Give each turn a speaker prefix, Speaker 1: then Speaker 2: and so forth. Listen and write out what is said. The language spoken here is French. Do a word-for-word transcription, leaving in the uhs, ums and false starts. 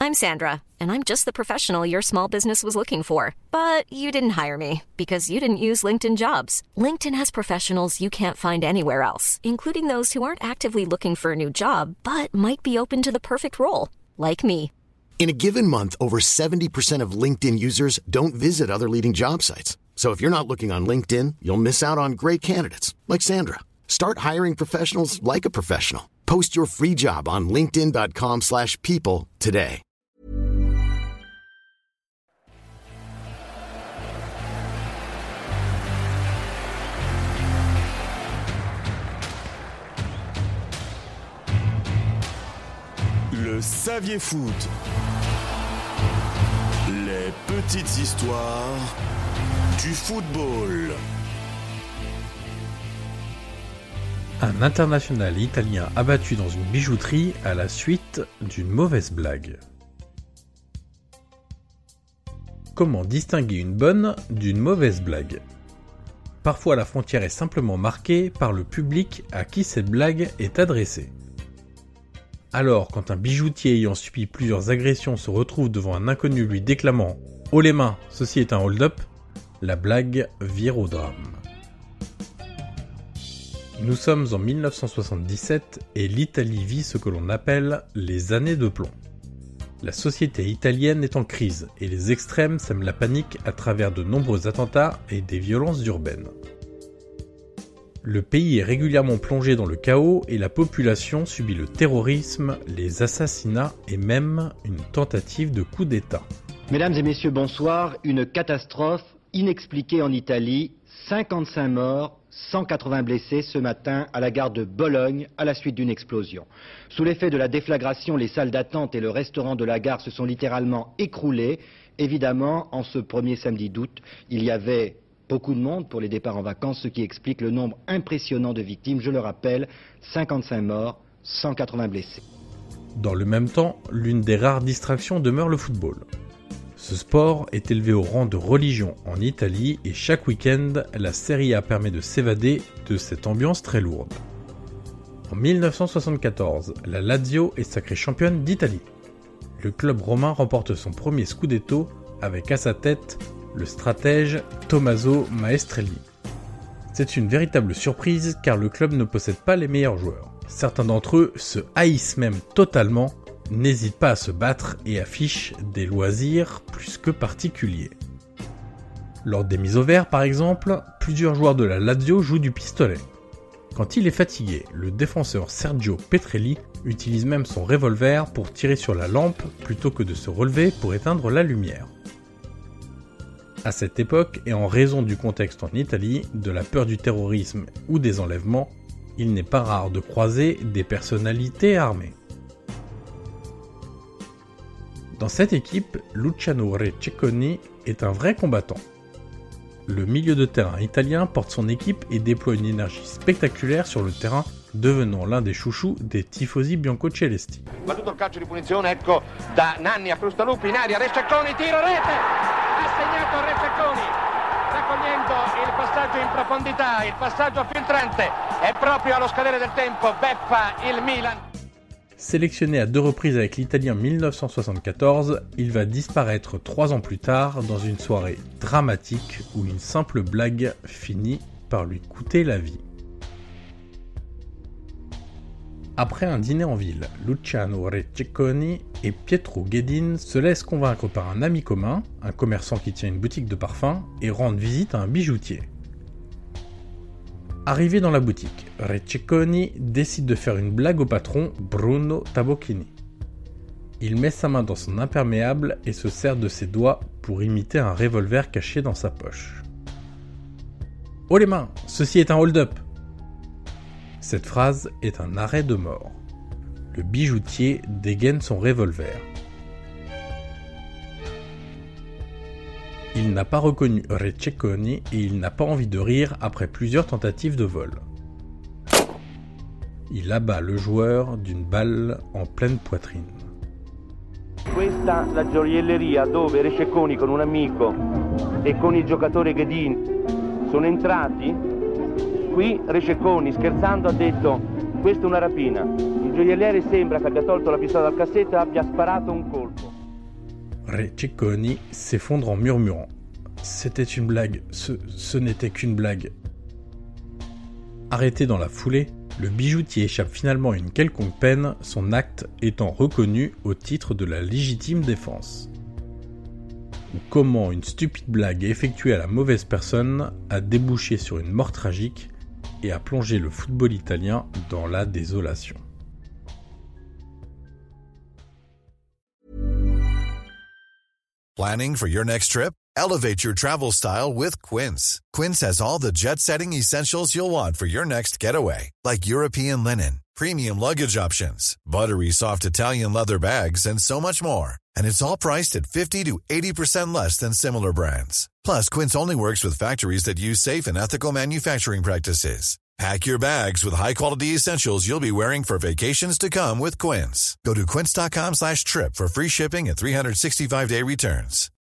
Speaker 1: I'm Sandra, and I'm just the professional your small business was looking for. But you didn't hire me because you didn't use LinkedIn Jobs. LinkedIn has professionals you can't find anywhere else, including those who aren't actively looking for a new job, but might be open to the perfect role, like me.
Speaker 2: In a given month, over seventy percent of LinkedIn users don't visit other leading job sites. So if you're not looking on LinkedIn, you'll miss out on great candidates like Sandra. Start hiring professionals like a professional. Post your free job on linkedin.com slash people today.
Speaker 3: Le Saviez Foot. Les petites histoires du football.
Speaker 4: Un international italien abattu dans une bijouterie à la suite d'une mauvaise blague. Comment distinguer une bonne d'une mauvaise blague ? Parfois la frontière est simplement marquée par le public à qui cette blague est adressée. Alors, quand un bijoutier ayant subi plusieurs agressions se retrouve devant un inconnu lui déclamant « Haut les mains, ceci est un hold-up », la blague vire au drame. Nous sommes en dix-neuf cent soixante-dix-sept et l'Italie vit ce que l'on appelle les années de plomb. La société italienne est en crise et les extrêmes sèment la panique à travers de nombreux attentats et des violences urbaines. Le pays est régulièrement plongé dans le chaos et la population subit le terrorisme, les assassinats et même une tentative de coup d'État.
Speaker 5: Mesdames et messieurs, bonsoir. Une catastrophe inexpliquée en Italie. cinquante-cinq morts, cent quatre-vingts blessés ce matin à la gare de Bologne à la suite d'une explosion. Sous l'effet de la déflagration, les salles d'attente et le restaurant de la gare se sont littéralement écroulés. Évidemment, en ce premier samedi d'août, il y avait beaucoup de monde pour les départs en vacances, ce qui explique le nombre impressionnant de victimes. Je le rappelle, cinquante-cinq morts, cent quatre-vingts blessés.
Speaker 4: Dans le même temps, l'une des rares distractions demeure le football. Ce sport est élevé au rang de religion en Italie et chaque week-end, la Serie A permet de s'évader de cette ambiance très lourde. En dix-neuf cent soixante-quatorze, la Lazio est sacrée championne d'Italie. Le club romain remporte son premier scudetto avec à sa tête le stratège Tommaso Maestrelli. C'est une véritable surprise car le club ne possède pas les meilleurs joueurs. Certains d'entre eux se haïssent même totalement, n'hésitent pas à se battre et affichent des loisirs plus que particuliers. Lors des mises au vert par exemple, plusieurs joueurs de la Lazio jouent du pistolet. Quand il est fatigué, le défenseur Sergio Petrelli utilise même son revolver pour tirer sur la lampe plutôt que de se relever pour éteindre la lumière. À cette époque, et en raison du contexte en Italie, de la peur du terrorisme ou des enlèvements, il n'est pas rare de croiser des personnalités armées. Dans cette équipe, Luciano Receconi est un vrai combattant. Le milieu de terrain italien porte son équipe et déploie une énergie spectaculaire sur le terrain, devenant l'un des chouchous des tifosi biancocelesti.
Speaker 6: Battuto il calcio di punizione, ecco da Nanni a Frustalupi in aria, Receconi, tiro, rete! Ha segnato Receconi, raccogliendo il passaggio in profondità, il passaggio filtrante, e proprio allo scadere del tempo beffa il Milan.
Speaker 4: Sélectionné à deux reprises avec l'Italie en dix-neuf cent soixante-quatorze, il va disparaître trois ans plus tard dans une soirée dramatique où une simple blague finit par lui coûter la vie. Après un dîner en ville, Luciano Receconi et Pietro Guedin se laissent convaincre par un ami commun, un commerçant qui tient une boutique de parfums, et rendent visite à un bijoutier. Arrivé dans la boutique, Receconi décide de faire une blague au patron Bruno Tabocchini. Il met sa main dans son imperméable et se sert de ses doigts pour imiter un revolver caché dans sa poche. « Oh les mains, ceci est un hold-up !» Cette phrase est un arrêt de mort. Le bijoutier dégaine son revolver. Il n'a pas reconnu Receconi et il n'a pas envie de rire après plusieurs tentatives de vol. Il abat le joueur d'une balle en pleine poitrine.
Speaker 7: Questa la gioielleria dove Receconi con un amico e con il giocatore Guedin sono entrati. Qui Receconi, scherzando, ha detto: questa è una rapina. Il gioielliere sembra che abbia tolto la pistola dal cassetto e abbia sparato un colpo.
Speaker 4: Cecconi s'effondre en murmurant « C'était une blague, ce, ce n'était qu'une blague ». Arrêté dans la foulée, le bijoutier échappe finalement à une quelconque peine, son acte étant reconnu au titre de la légitime défense. Ou comment une stupide blague effectuée à la mauvaise personne a débouché sur une mort tragique et a plongé le football italien dans la désolation.
Speaker 8: Planning for your next trip? Elevate your travel style with Quince. Quince has all the jet-setting essentials you'll want for your next getaway, like European linen, premium luggage options, buttery soft Italian leather bags, and so much more. And it's all priced at fifty to eighty percent less than similar brands. Plus, Quince only works with factories that use safe and ethical manufacturing practices. Pack your bags with high-quality essentials you'll be wearing for vacations to come with Quince. Go to quince.com slash trip for free shipping and three sixty-five day returns.